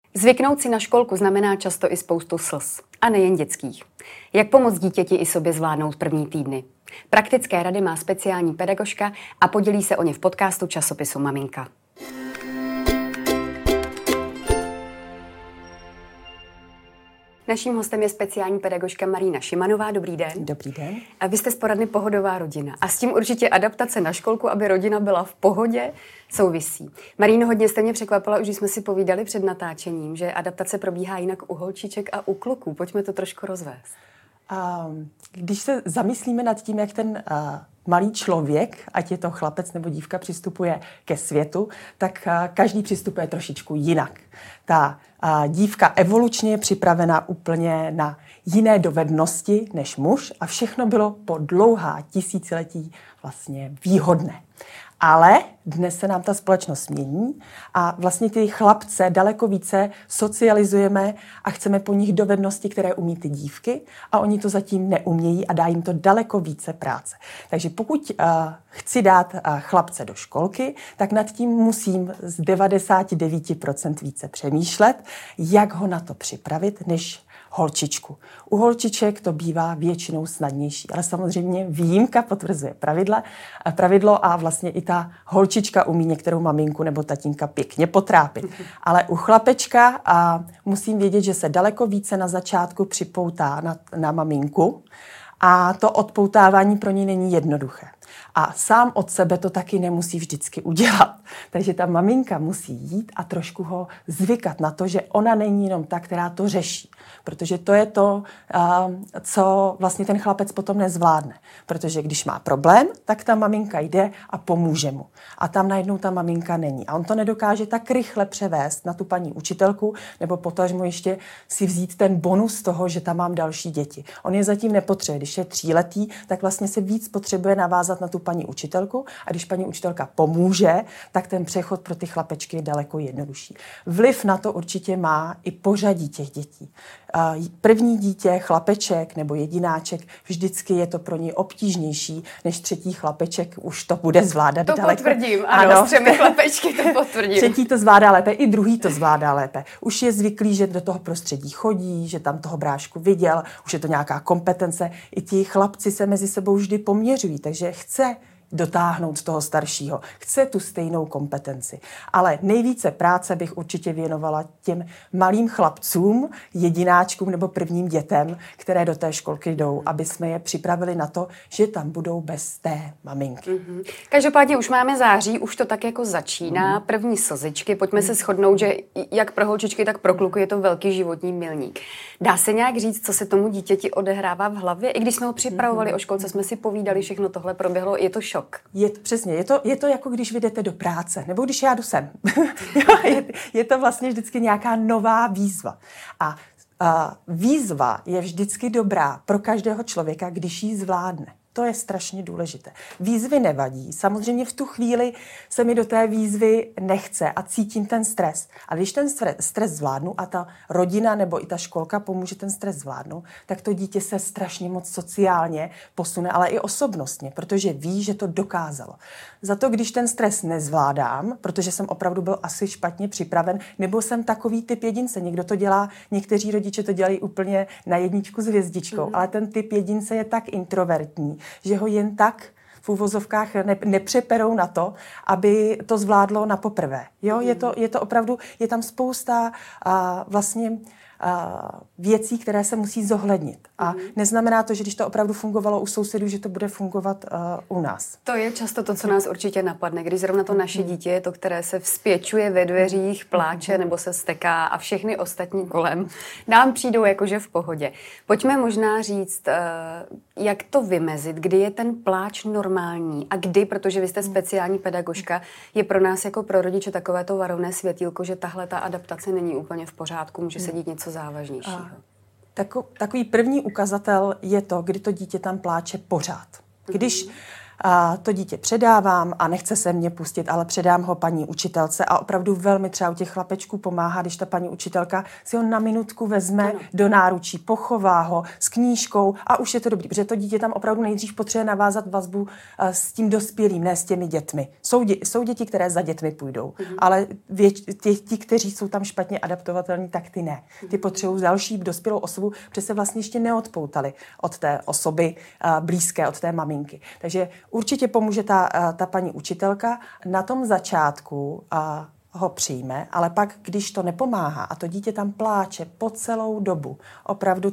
Zvyknout si na školku znamená často i spoustu slz. A nejen dětských. Jak pomoct dítěti i sobě zvládnout první týdny? Praktické rady má speciální pedagožka a podělí se o ně v podcastu časopisu Maminka. Naším hostem je speciální pedagožka Marína Šimanová. Dobrý den. Dobrý den. A vy jste z poradny Pohodová rodina. A s tím určitě adaptace na školku, aby rodina byla v pohodě, souvisí. Maríno, hodně jste mě překvapila, už jsme si povídali před natáčením, že adaptace probíhá jinak u holčiček a u kluků. Pojďme to trošku rozvést. Když se zamyslíme nad tím, jak ten malý člověk, ať je to chlapec nebo dívka, přistupuje ke světu, tak každý přistupuje trošičku jinak. Ta dívka evolučně je připravena úplně na jiné dovednosti než muž a všechno bylo po dlouhá tisíciletí vlastně výhodné. Ale dnes se nám ta společnost mění a vlastně ty chlapce daleko více socializujeme a chceme po nich dovednosti, které umí ty dívky a oni to zatím neumějí a dá jim to daleko více práce. Takže pokud chci dát chlapce do školky, tak nad tím musím z 99% více přemýšlet, jak ho na to připravit, než holčičku. U holčiček to bývá většinou snadnější, ale samozřejmě výjimka potvrzuje pravidlo a vlastně i ta holčička umí některou maminku nebo tatínka pěkně potrápit. Ale u chlapečka musím vědět, že se daleko více na začátku připoutá na maminku a to odpoutávání pro ní není jednoduché. A sám od sebe to taky nemusí vždycky udělat. Takže ta maminka musí jít a trošku ho zvykat na to, že ona není jenom ta, která to řeší. Protože to je to, co vlastně ten chlapec potom nezvládne. Protože když má problém, tak ta maminka jde a pomůže mu. A tam najednou ta maminka není. A on to nedokáže tak rychle převést na tu paní učitelku, nebo potažmo ještě si vzít ten bonus toho, že tam mám další děti. On je zatím nepotřebuje. Když je 3letý, tak vlastně se víc potřebuje navázat na tu paní učitelku a když paní učitelka pomůže, tak ten přechod pro ty chlapečky je daleko jednodušší. Vliv na to určitě má i pořadí těch dětí. První dítě, chlapeček nebo jedináček, vždycky je to pro něj obtížnější, než třetí chlapeček už to bude zvládat to daleko. Potvrdím, ano, s 3 chlapečky to potvrdím. Třetí to zvládá lépe, i druhý to zvládá lépe. Už je zvyklý, že do toho prostředí chodí, že tam toho brášku viděl, už je to nějaká kompetence. I ti chlapci se mezi sebou vždy poměřují, takže chce dotáhnout toho staršího. Chce tu stejnou kompetenci. Ale nejvíce práce bych určitě věnovala těm malým chlapcům, jedináčkům nebo prvním dětem, které do té školky jdou, aby jsme je připravili na to, že tam budou bez té maminky. Mm-hmm. Každopádně už máme září, už to tak jako začíná, první slzičky. Pojďme se shodnout, že jak pro holčičky, tak pro kluky je to velký životní milník. Dá se nějak říct, co se tomu dítěti odehrává v hlavě? I když jsme ho připravovali o školce, jsme si povídali, všechno tohle proběhlo, je to šok. Přesně, je to jako když vy jdete do práce, nebo když já jdu sem. je to vlastně vždycky nějaká nová výzva. A výzva je vždycky dobrá pro každého člověka, když ji zvládne. To je strašně důležité. Výzvy nevadí. Samozřejmě v tu chvíli se mi do té výzvy nechce a cítím ten stres. Ale když ten stres zvládnu a ta rodina nebo i ta školka pomůže ten stres zvládnout, tak to dítě se strašně moc sociálně posune, ale i osobnostně, protože ví, že to dokázalo. Za to, když ten stres nezvládám, protože jsem opravdu byl asi špatně připraven, nebo jsem takový typ jedince. Někdo to dělá, někteří rodiče to dělají úplně na 1 s hvězdičkou, ale ten typ jedince je tak introvertní, že ho jen tak v úvozovkách nepřeperou na to, aby to zvládlo na poprvé. Jo, je to opravdu, je tam spousta vlastně věcí, které se musí zohlednit. A neznamená to, že když to opravdu fungovalo u sousedů, že to bude fungovat u nás. To je často to, co nás určitě napadne, když zrovna to naše dítě je to, které se vzpěčuje ve dveřích, pláče nebo se steká a všechny ostatní kolem nám přijdou jakože v pohodě. Pojďme možná říct, jak to vymezit, kdy je ten pláč normální a kdy, protože vy jste speciální pedagožka, je pro nás jako pro rodiče takové to varovné světýlko, že tahle ta adaptace není úplně v pořádku, může se dít něco závažnějšího. Takový první ukazatel je to, kdy to dítě tam pláče pořád. Když to dítě předávám a nechce se mě pustit, ale předám ho paní učitelce a opravdu velmi třeba u těch chlapečků pomáhá, když ta paní učitelka si ho na minutku vezme do náručí, pochová ho s knížkou a už je to dobrý, protože to dítě tam opravdu nejdřív potřebuje navázat vazbu s tím dospělým, ne s těmi dětmi. Jsou děti, které za dětmi půjdou, ale ti, kteří jsou tam špatně adaptovatelní, tak ty ne. Ty potřebují další dospělou osobu, protože se vlastně ještě neodpoutali od té osoby blízké, od té maminky. Takže určitě pomůže ta paní učitelka. Na tom začátku ho přijme, ale pak, když to nepomáhá a to dítě tam pláče po celou dobu, opravdu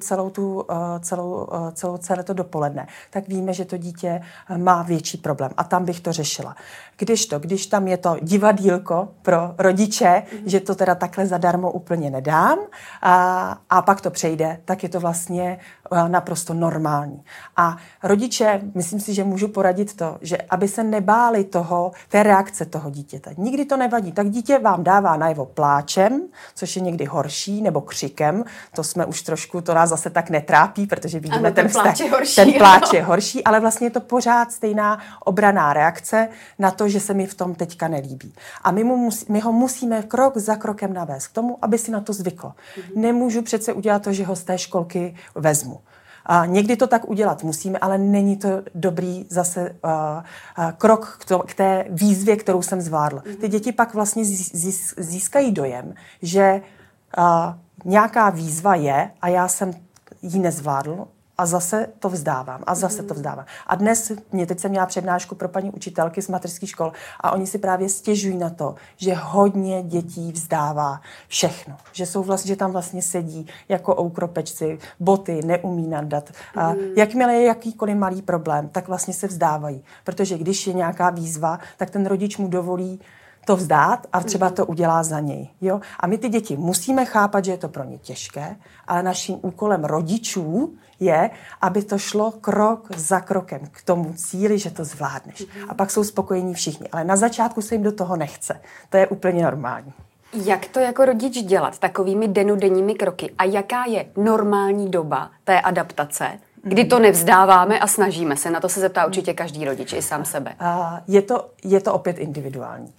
celé to dopoledne, tak víme, že to dítě má větší problém a tam bych to řešila. Když tam je to divadýlko pro rodiče, že to teda takhle zadarmo úplně nedám a pak to přejde, tak je to vlastně naprosto normální. A rodiče, myslím si, že můžu poradit to, že aby se nebáli té reakce toho dítěte. Nikdy to nevadí. Tak dítě vám dává najevo pláčem, což je někdy horší, nebo křikem. To jsme už trošku, to nás zase tak netrápí, protože vidíme ten pláč je horší, ale vlastně je to pořád stejná obranná reakce na to, že se mi v tom teďka nelíbí. A my ho musíme krok za krokem navést k tomu, aby si na to zvyklo. Nemůžu přece udělat to, že ho z té školky vezmu. A někdy to tak udělat musíme, ale není to dobrý zase krok k té výzvě, kterou jsem zvládl. Ty děti pak vlastně získají dojem, že nějaká výzva je a já jsem ji nezvládl a zase to vzdávám a zase to vzdávám. A teď jsem měla přednášku pro paní učitelky z mateřských škol a oni si právě stěžují na to, že hodně dětí vzdává všechno. Že tam vlastně sedí jako oukropečci, boty, neumí nadat. Jakmile je jakýkoliv malý problém, tak vlastně se vzdávají. Protože když je nějaká výzva, tak ten rodič mu dovolí to vzdát a třeba to udělá za něj. Jo? A my ty děti musíme chápat, že je to pro ně těžké, ale naším úkolem rodičů je, aby to šlo krok za krokem k tomu cíli, že to zvládneš. A pak jsou spokojení všichni. Ale na začátku se jim do toho nechce. To je úplně normální. Jak to jako rodič dělat takovými dennodenními kroky? A jaká je normální doba té adaptace, kdy to nevzdáváme a snažíme se? Na to se zeptá určitě každý rodič, i sám sebe. Je to opět individuální.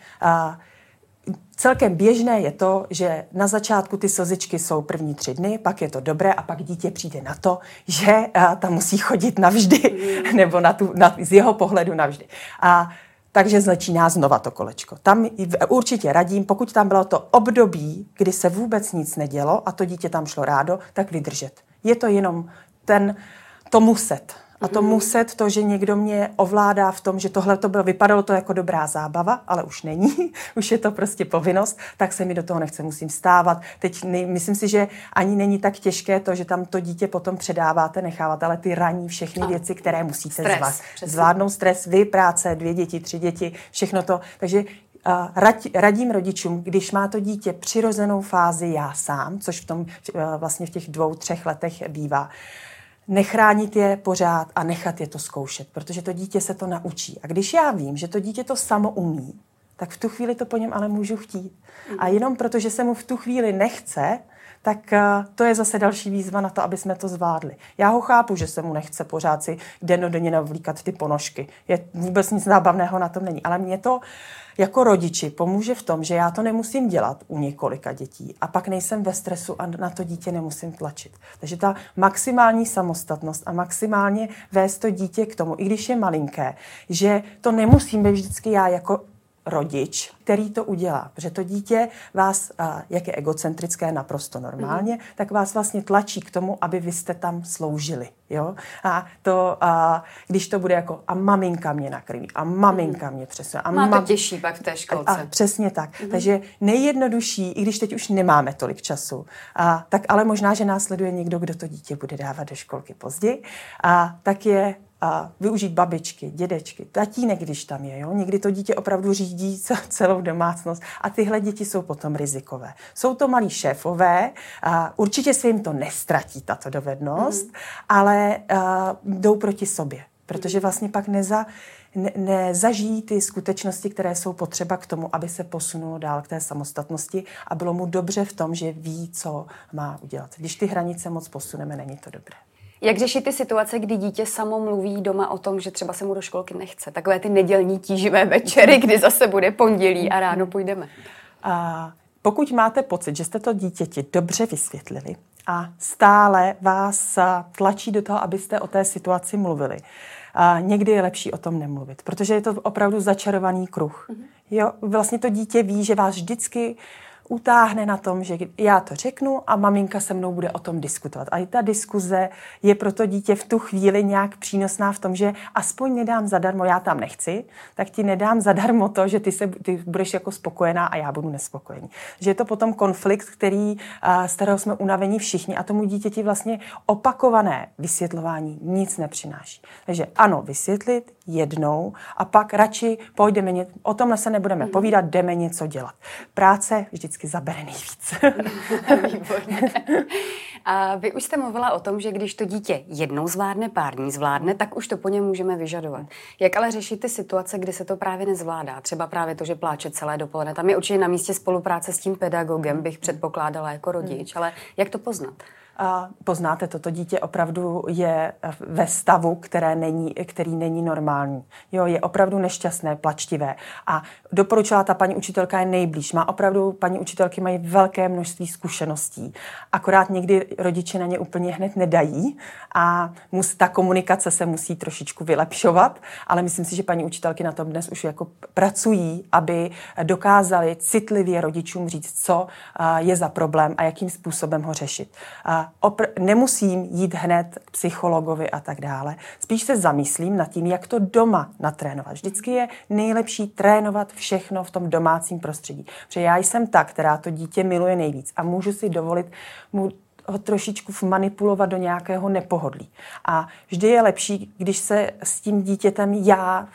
Celkem běžné je to, že na začátku ty slzičky jsou první 3 dny, pak je to dobré a pak dítě přijde na to, že tam musí chodit navždy, nebo z jeho pohledu navždy. Takže začíná znova to kolečko. Tam určitě radím, pokud tam bylo to období, kdy se vůbec nic nedělo a to dítě tam šlo rádo, tak vydržet. Je to jenom to muset. A to muset, to, že někdo mě ovládá v tom, že tohle vypadalo to jako dobrá zábava, ale už není, už je to prostě povinnost, tak se mi do toho nechce, musím vstávat. Teď myslím si, že ani není tak těžké to, že tam to dítě potom předáváte, necháváte, ale ty ranní všechny věci, které musíte zvládnout, stres, vy, práce, 2 děti, 3 děti, všechno to. Takže radím rodičům, když má to dítě přirozenou fázi já sám, což vlastně v těch 2-3 letech bývá, nechránit je pořád a nechat je to zkoušet, protože to dítě se to naučí. A když já vím, že to dítě to samo umí, tak v tu chvíli to po něm ale můžu chtít. A jenom proto, že se mu v tu chvíli nechce, tak to je zase další výzva na to, aby jsme to zvládli. Já ho chápu, že se mu nechce pořád si dennodenně navlíkat ty ponožky. Vůbec nic zábavného na tom není. Ale mě to jako rodiči pomůže v tom, že já to nemusím dělat u několika dětí a pak nejsem ve stresu a na to dítě nemusím tlačit. Takže ta maximální samostatnost a maximálně vést to dítě k tomu, i když je malinké, že to nemusím být vždycky já jako rodič, který to udělá. Protože to dítě vás, jak je egocentrické naprosto normálně, tak vás vlastně tlačí k tomu, aby vy jste tam sloužili. Jo? Když to bude jako a maminka mě nakrví, a maminka mě přesune. Má to těžší pak v té školce. A přesně tak. Takže nejjednodušší, i když teď už nemáme tolik času, tak ale možná, že následuje někdo, kdo to dítě bude dávat do školky později, tak je využít babičky, dědečky, tatínek, když tam je. Jo? Někdy to dítě opravdu řídí celou domácnost a tyhle děti jsou potom rizikové. Jsou to malí šéfové, určitě se jim to nestratí, tato dovednost, ale jdou proti sobě, protože vlastně pak nezažijí ty skutečnosti, které jsou potřeba k tomu, aby se posunulo dál k té samostatnosti a bylo mu dobře v tom, že ví, co má udělat. Když ty hranice moc posuneme, není to dobré. Jak řešit ty situace, kdy dítě samo mluví doma o tom, že třeba se mu do školky nechce? Takové ty nedělní tíživé večery, kdy zase bude pondělí a ráno půjdeme. Pokud máte pocit, že jste to dítěti dobře vysvětlili a stále vás tlačí do toho, abyste o té situaci mluvili, někdy je lepší o tom nemluvit, protože je to opravdu začarovaný kruh. Jo, vlastně to dítě ví, že vás vždycky utáhne na tom, že já to řeknu a maminka se mnou bude o tom diskutovat. A i ta diskuze je pro to dítě v tu chvíli nějak přínosná v tom, že aspoň nedám zadarmo, já tam nechci, tak ti nedám zadarmo to, že ty budeš jako spokojená a já budu nespokojený. Že je to potom konflikt, z kterého jsme unavení všichni a tomu dítěti vlastně opakované vysvětlování nic nepřináší. Takže ano, vysvětlit jednou a pak radši půjdeme, o tomhle se nebudeme povídat, jdeme něco dělat. Práce vždycky zabere nejvíc. Výborně. A vy už jste mluvila o tom, že když to dítě jednou zvládne, pár dní zvládne, tak už to po něm můžeme vyžadovat. Jak ale řešit ty situace, kdy se to právě nezvládá? Třeba právě to, že pláče celé dopoledne. Tam je určitě na místě spolupráce s tím pedagogem, bych předpokládala jako rodič, ale jak to poznat? A poznáte, toto dítě opravdu je ve stavu, který není normální. Jo, je opravdu nešťastné, plačtivé. A doporučila ta paní učitelka je nejblíž. Paní učitelky mají velké množství zkušeností. Akorát někdy rodiče na ně úplně hned nedají a ta komunikace se musí trošičku vylepšovat, ale myslím si, že paní učitelky na tom dnes už jako pracují, aby dokázali citlivě rodičům říct, co je za problém a jakým způsobem ho řešit. Nemusím jít hned k psychologovi a tak dále. Spíš se zamyslím nad tím, jak to doma natrénovat. Vždycky je nejlepší trénovat všechno v tom domácím prostředí. Protože já jsem ta, která to dítě miluje nejvíc a můžu si dovolit mu ho trošičku manipulovat do nějakého nepohodlí. A vždy je lepší, když se s tím dítětem já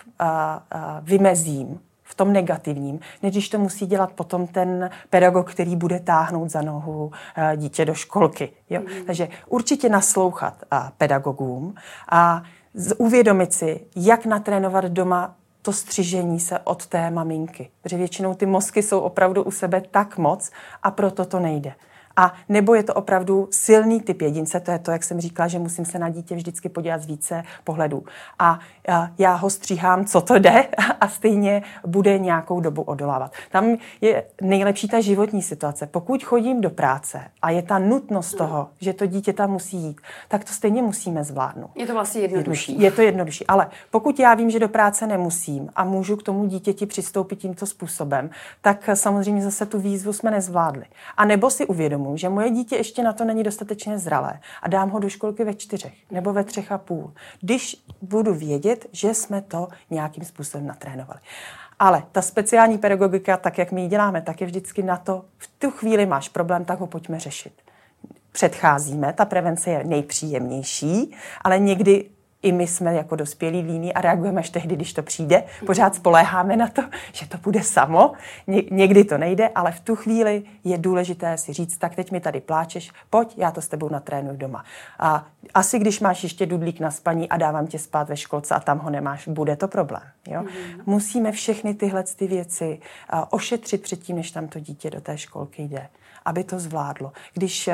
vymezím v tom negativním, než když to musí dělat potom ten pedagog, který bude táhnout za nohu dítě do školky. Jo? Takže určitě naslouchat pedagogům a uvědomit si, jak natrénovat doma to střižení se od té maminky. Protože většinou ty mozky jsou opravdu u sebe tak moc a proto to nejde. A nebo je to opravdu silný typ jedince, to je to, jak jsem říkala, že musím se na dítě vždycky podívat z více pohledů. A já ho stříhám, co to jde a stejně bude nějakou dobu odolávat. Tam je nejlepší ta životní situace. Pokud chodím do práce a je ta nutnost toho, že to dítě tam musí jít, tak to stejně musíme zvládnout. Je to vlastně jednodušší. Je to jednodušší, ale pokud já vím, že do práce nemusím a můžu k tomu dítěti přistoupit tímto způsobem, tak samozřejmě zase tu výzvu jsme nezvládli. A nebo si uvědomím, že moje dítě ještě na to není dostatečně zralé a dám ho do školky ve 4 nebo ve 3,5, když budu vědět, že jsme to nějakým způsobem natrénovali. Ale ta speciální pedagogika, tak jak my ji děláme, tak je vždycky na to, v tu chvíli máš problém, tak ho pojďme řešit. Předcházíme, ta prevence je nejpříjemnější, ale někdy i my jsme jako dospělí líní a reagujeme až tehdy, když to přijde. Pořád spoléháme na to, že to bude samo. Někdy to nejde, ale v tu chvíli je důležité si říct, tak teď mi tady pláčeš, pojď, já to s tebou natrénuji doma. A asi když máš ještě dudlík na spaní a dávám tě spát ve školce a tam ho nemáš, bude to problém. Jo? Musíme všechny tyhle věci ošetřit předtím, než tam to dítě do té školky jde, aby to zvládlo. Když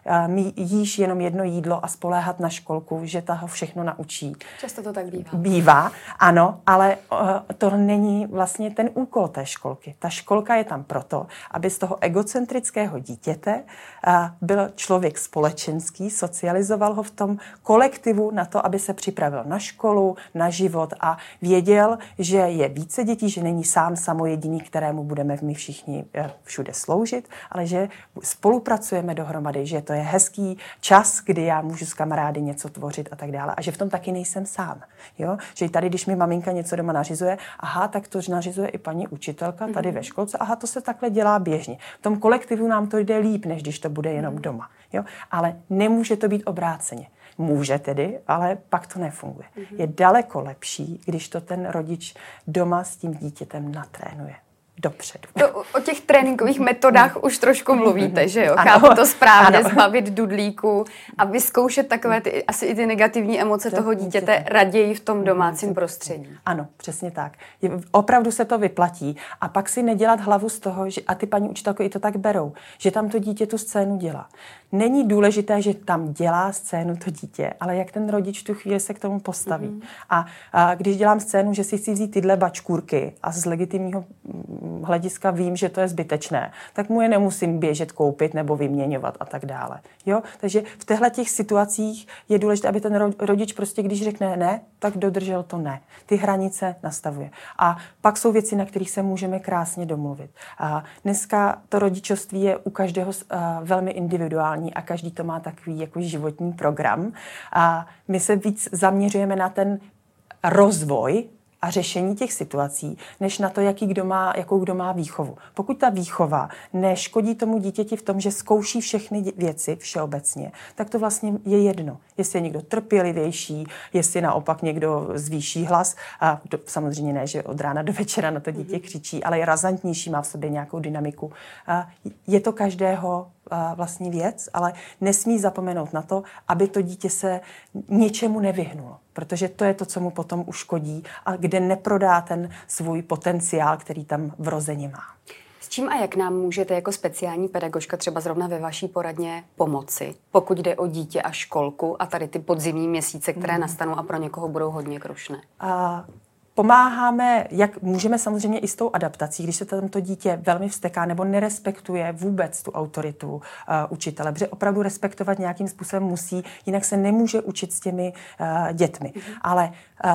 jíš jenom jedno jídlo a spoléhat na školku, že ta ho všechno naučí. Často to tak bývá. Bývá, ano, ale to není vlastně ten úkol té školky. Ta školka je tam proto, aby z toho egocentrického dítěte byl člověk společenský, socializoval ho v tom kolektivu na to, aby se připravil na školu, na život a věděl, že je více dětí, že není sám samojediný, kterému budeme my všichni všude sloužit, ale že spolupracujeme dohromady, že to je hezký čas, kdy já můžu s kamarády něco tvořit a tak dále a že v tom taky nejsem sám. Jo? Že tady, když mi maminka něco doma nařizuje, aha, tak to nařizuje i paní učitelka tady ve školce, aha, to se takhle dělá běžně. V tom kolektivu nám to jde líp, než když to bude jenom doma. Jo? Ale nemůže to být obráceně. Může tedy, ale pak to nefunguje. Je daleko lepší, když to ten rodič doma s tím dítětem natrénuje. Dopředu. To o těch tréninkových metodách už trošku mluvíte, že jo? Chápu to správně, zbavit dudlíku a vyzkoušet takové asi i ty negativní emoce toho dítěte raději v tom domácím prostředí. Ano, přesně tak. Opravdu se to vyplatí a pak si nedělat hlavu z toho, že, a ty paní učitelky i to tak berou, že tam to dítě tu scénu dělá. není důležité, že tam dělá scénu to dítě, ale jak ten rodič tu chvíli se k tomu postaví. A když dělám scénu, že si chci vzít tyhle bačkůrky a z legitimního hlediska vím, že to je zbytečné, tak mu je nemusím běžet koupit nebo vyměňovat a tak dále. Jo? Takže v těchto situacích je důležité, aby ten rodič prostě, když řekne ne, tak dodržel to ne. Ty hranice nastavuje. A pak jsou věci, na kterých se můžeme krásně domluvit. A dneska to rodičovství je u každého velmi individuální a každý to má takový jako životní program. A my se víc zaměřujeme na ten rozvoj a řešení těch situací, než na to, jakou kdo má výchovu. Pokud ta výchova neškodí tomu dítěti v tom, že zkouší všechny věci všeobecně, tak to vlastně je jedno. Jestli je někdo trpělivější, jestli naopak někdo zvýší hlas, a samozřejmě ne, že od rána do večera na to dítě křičí, ale je razantnější, má v sobě nějakou dynamiku. Je to každého vlastní věc, ale nesmí zapomenout na to, aby to dítě se něčemu nevyhnulo, protože to je to, co mu potom uškodí a kde neprodá ten svůj potenciál, který tam vrozeně má. S čím a jak nám můžete jako speciální pedagožka třeba zrovna ve vaší poradně pomoci, pokud jde o dítě a školku a tady ty podzimní měsíce, které nastanou a pro někoho budou hodně krušné? Pomáháme, jak můžeme samozřejmě i s tou adaptací, když se tam to dítě velmi vzteká nebo nerespektuje vůbec tu autoritu učitele, protože opravdu respektovat nějakým způsobem musí, jinak se nemůže učit s těmi dětmi. Ale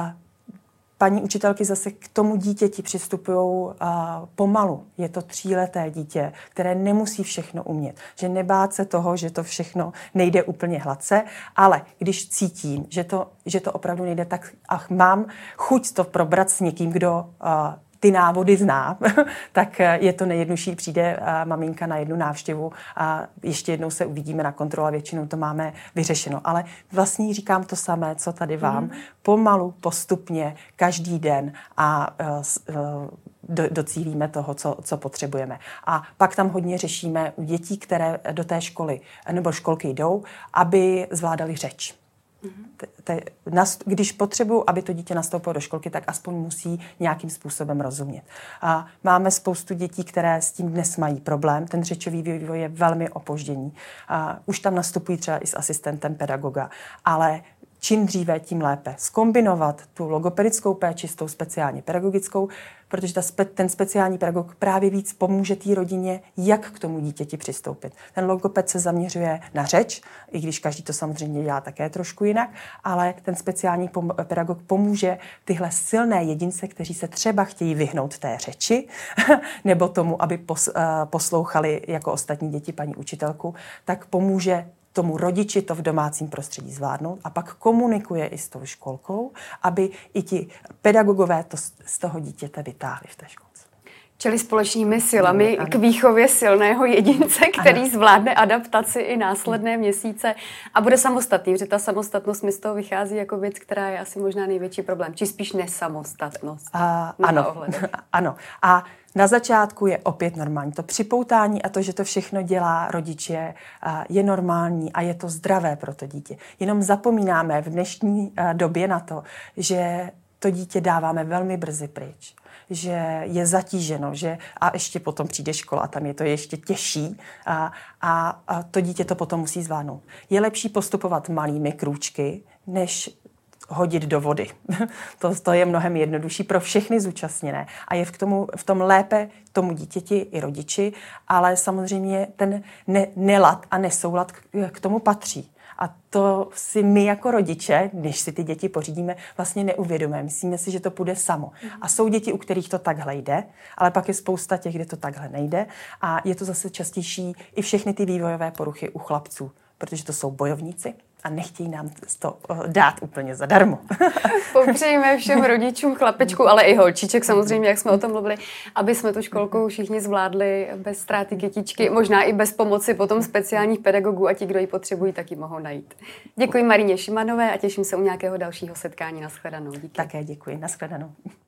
paní učitelky zase k tomu dítěti přistupují pomalu. Je to 3leté dítě, které nemusí všechno umět. Že nebát se toho, že to všechno nejde úplně hladce, ale když cítím, že to opravdu nejde, tak mám chuť to probrat s někým, kdo ty návody zná, tak je to nejjednodušší. Přijde maminka na jednu návštěvu a ještě jednou se uvidíme na kontrolu a většinou to máme vyřešeno. Ale vlastně říkám to samé, co tady vám. Pomalu, postupně, každý den a docílíme toho, co potřebujeme. A pak tam hodně řešíme u dětí, které do té školy nebo školky jdou, aby zvládali řeč. Když potřebuji, aby to dítě nastoupilo do školky, tak aspoň musí nějakým způsobem rozumět. A máme spoustu dětí, které s tím dnes mají problém. Ten řečový vývoj je velmi opožděný. Už tam nastupují třeba i s asistentem pedagoga, ale čím dříve, tím lépe. Zkombinovat tu logopedickou péči s tou speciální pedagogickou, protože ten speciální pedagog právě víc pomůže té rodině, jak k tomu dítěti přistoupit. Ten logoped se zaměřuje na řeč, i když každý to samozřejmě dělá také trošku jinak, ale ten speciální pedagog pomůže tyhle silné jedince, kteří se třeba chtějí vyhnout té řeči, nebo tomu, aby poslouchali jako ostatní děti paní učitelku, tak pomůže tomu rodiči to v domácím prostředí zvládnout a pak komunikuje i s tou školkou, aby i ti pedagogové to z toho dítěte vytáhli v té školce. Čili společnými silami k výchově silného jedince, který zvládne adaptaci i následné měsíce a bude samostatný, protože ta samostatnost mi z toho vychází jako věc, která je asi možná největší problém, či spíš nesamostatnost. Ano. A na začátku je opět normální. To připoutání a to, že to všechno dělá rodiče, je normální a je to zdravé pro to dítě. Jenom zapomínáme v dnešní době na to, že to dítě dáváme velmi brzy pryč, že je zatíženo, a ještě potom přijde škola a tam je to ještě těžší a to dítě to potom musí zvládnout. Je lepší postupovat malými krůčky, než hodit do vody. To je mnohem jednodušší pro všechny zúčastněné a je v tom lépe tomu dítěti i rodiči, ale samozřejmě ten nelad a nesoulad k tomu patří. A to si my jako rodiče, když si ty děti pořídíme, vlastně neuvědomujeme. Myslíme si, že to půjde samo. A jsou děti, u kterých to takhle jde, ale pak je spousta těch, kde to takhle nejde. A je to zase častější i všechny ty vývojové poruchy u chlapců, protože to jsou bojovníci a nechtějí nám to dát úplně zadarmo. Popřejme všem rodičům chlapečků, ale i holčiček samozřejmě, jak jsme o tom mluvili, aby jsme tu školku všichni zvládli bez ztráty kytičky, možná i bez pomoci potom speciálních pedagogů a ti, kdo ji potřebují, tak ji mohou najít. Děkuji Marině Šimanové a těším se u nějakého dalšího setkání. Nashledanou. Díky. Také děkuji. Nashledanou.